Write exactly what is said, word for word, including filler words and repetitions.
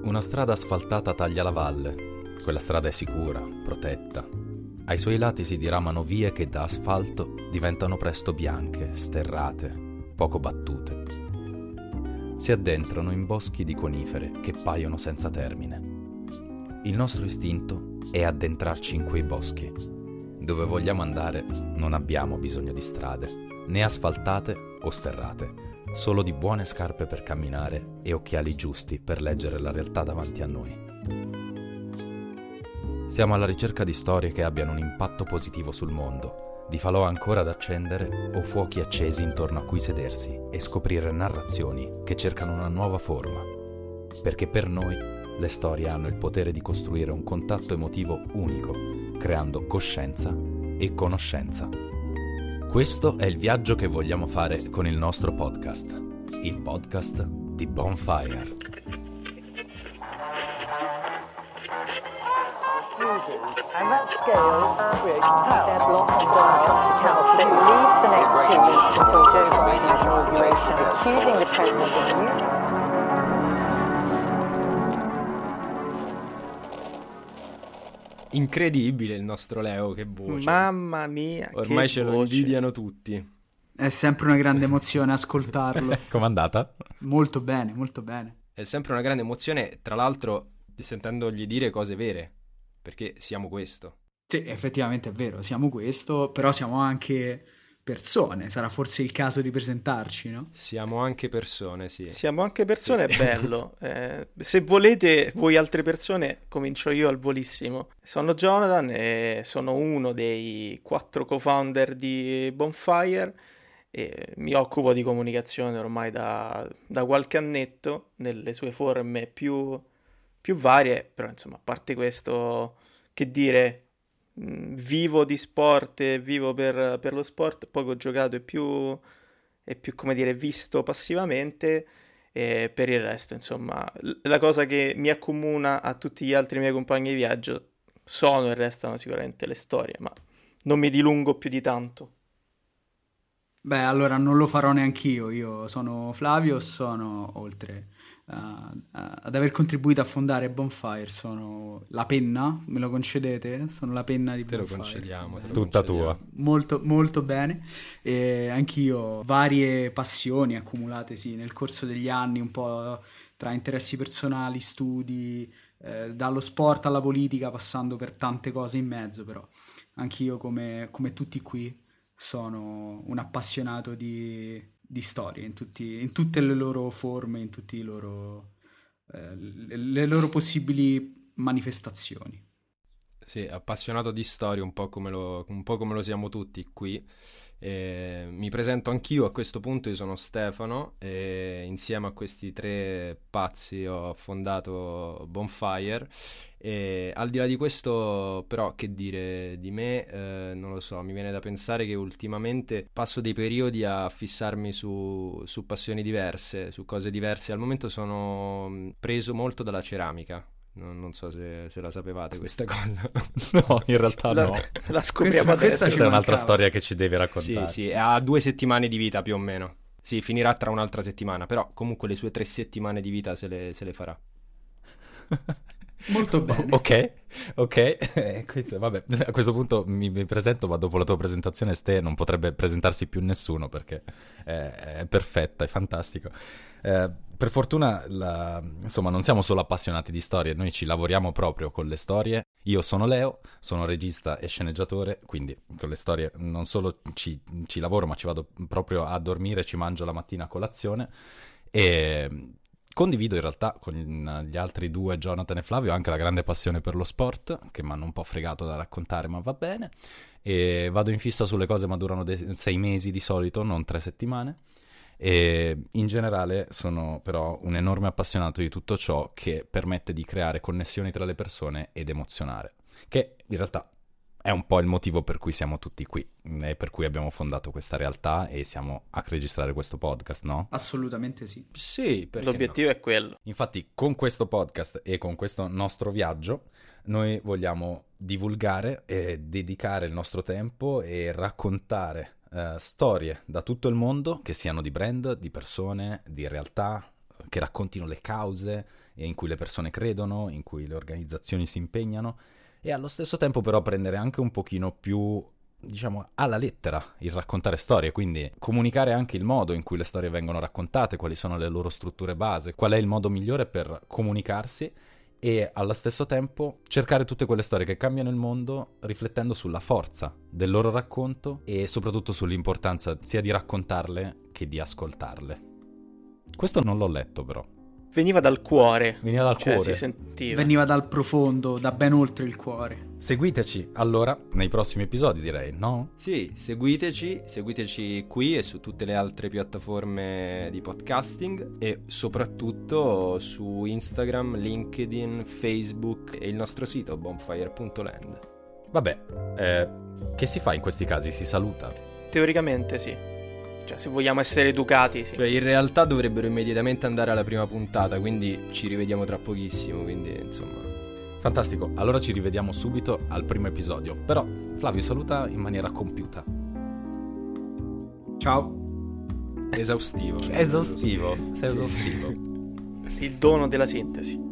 Una strada asfaltata taglia la valle. Quella strada è sicura, protetta. Ai suoi lati si diramano vie che da asfalto diventano presto bianche, sterrate, poco battute. Si addentrano in boschi di conifere che paiono senza termine. Il nostro istinto è addentrarci in quei boschi. Dove vogliamo andare non abbiamo bisogno di strade, né asfaltate o sterrate, solo di buone scarpe per camminare e occhiali giusti per leggere la realtà davanti a noi. Siamo alla ricerca di storie che abbiano un impatto positivo sul mondo, di falò ancora da accendere o fuochi accesi intorno a cui sedersi e scoprire narrazioni che cercano una nuova forma. Perché per noi le storie hanno il potere di costruire un contatto emotivo unico, creando coscienza e conoscenza. Questo è il viaggio che vogliamo fare con il nostro podcast, il podcast di Bonfire. And that scale creates power. Their block on Donald Trump's account that leads the next two weeks until Joe Biden's inauguration, accusing the president of using. Incredibile il nostro Leo, che voce. Mamma mia, ormai che ce lo voce. invidiano tutti. È sempre una grande emozione ascoltarlo. Com'è andata? Molto bene, molto bene. È sempre una grande emozione, tra l'altro sentendogli dire cose vere, perché siamo questo. Sì, effettivamente è vero, siamo questo, però siamo anche persone, sarà forse il caso di presentarci, no? Siamo anche persone, sì. Siamo anche persone, Sì. è bello. Eh, se volete, voi altre persone, comincio io al volissimo. Sono Jonathan e sono uno dei quattro co-founder di Bonfire e mi occupo di comunicazione ormai da, da qualche annetto, nelle sue forme più, più varie, però insomma, a parte questo, che dire... vivo di sport e vivo per, per lo sport, poco giocato e più, e più, come dire, visto passivamente, e per il resto, insomma, l- la cosa che mi accomuna a tutti gli altri miei compagni di viaggio sono e restano sicuramente le storie, ma non mi dilungo più di tanto. Beh, allora non lo farò neanch'io, io sono Flavio, sono oltre uh, uh, ad aver contribuito a fondare Bonfire, sono la penna, me lo concedete? Sono la penna di Te lo Bonfire. concediamo, te lo Tutta concediamo. tua. Molto, molto bene. E anch'io varie passioni accumulate sì, nel corso degli anni, un po' tra interessi personali, studi, eh, dallo sport alla politica, passando per tante cose in mezzo, però anch'io come, come tutti qui sono un appassionato di, di storie in, tutti, in tutte le loro forme, in tutte loro, eh, le, le loro possibili manifestazioni. Sì, appassionato di storia, un po' come lo, un po' come lo siamo tutti qui. Eh, mi presento anch'io a questo punto, io sono Stefano e insieme a questi tre pazzi ho fondato Bonfire. E al di là di questo, però, che dire di me, eh, non lo so, mi viene da pensare che ultimamente passo dei periodi a fissarmi su, su passioni diverse, su cose diverse. Al momento sono preso molto dalla ceramica. Non, non so se, se la sapevate questa cosa. No, in realtà La, no. la scopriamo Questa- adesso. questa Questa è un'altra mancava. storia che ci devi Sì, raccontare. sì, ha due settimane di vita più o meno. Sì, finirà tra un'altra settimana, però comunque le sue tre settimane di vita se le, se le farà. Molto bene. Ok, ok. Eh, questo- vabbè, a questo punto mi, mi presento, ma dopo la tua presentazione Ste non potrebbe presentarsi più nessuno perché è, è perfetta, è fantastico. Eh, per fortuna, la- insomma, non siamo solo appassionati di storie, noi ci lavoriamo proprio con le storie. Io sono Leo, sono regista e sceneggiatore, quindi con le storie non solo ci, ci lavoro, ma ci vado proprio a dormire, ci mangio la mattina a colazione. E condivido in realtà con gli altri due, Jonathan e Flavio, anche la grande passione per lo sport, che mi hanno un po' fregato da raccontare, ma va bene. E vado in fissa sulle cose, ma durano de- sei mesi di solito, non tre settimane. E in generale sono però un enorme appassionato di tutto ciò che permette di creare connessioni tra le persone ed emozionare, che in realtà è un po' il motivo per cui siamo tutti qui e per cui abbiamo fondato questa realtà e siamo a registrare questo podcast, no? Assolutamente sì. Sì, perché L'obiettivo è quello. Infatti con questo podcast e con questo nostro viaggio noi vogliamo divulgare e dedicare il nostro tempo e raccontare eh, storie da tutto il mondo, che siano di brand, di persone, di realtà, che raccontino le cause in cui le persone credono, in cui le organizzazioni si impegnano, e allo stesso tempo però prendere anche un pochino più, diciamo, alla lettera il raccontare storie, quindi comunicare anche il modo in cui le storie vengono raccontate, quali sono le loro strutture base, qual è il modo migliore per comunicarsi, e allo stesso tempo cercare tutte quelle storie che cambiano il mondo riflettendo sulla forza del loro racconto e soprattutto sull'importanza sia di raccontarle che di ascoltarle. Questo non l'ho letto però. Veniva dal cuore. Veniva dal cioè, cuore. si sentiva. Veniva dal profondo, da ben oltre il cuore. Seguiteci allora nei prossimi episodi, direi, no? Sì, seguiteci, seguiteci qui e su tutte le altre piattaforme di podcasting e soprattutto su Instagram, LinkedIn, Facebook e il nostro sito bonfire punto land. Vabbè, eh, che si fa in questi casi? Si saluta? Teoricamente sì. Cioè, se vogliamo essere educati, sì. Cioè, in realtà dovrebbero immediatamente andare alla prima puntata, quindi ci rivediamo tra pochissimo, quindi insomma... Fantastico, allora ci rivediamo subito al primo episodio. Però Flavio saluta in maniera compiuta. Ciao. Esaustivo. Esaustivo, sei esaustivo. Il dono della sintesi.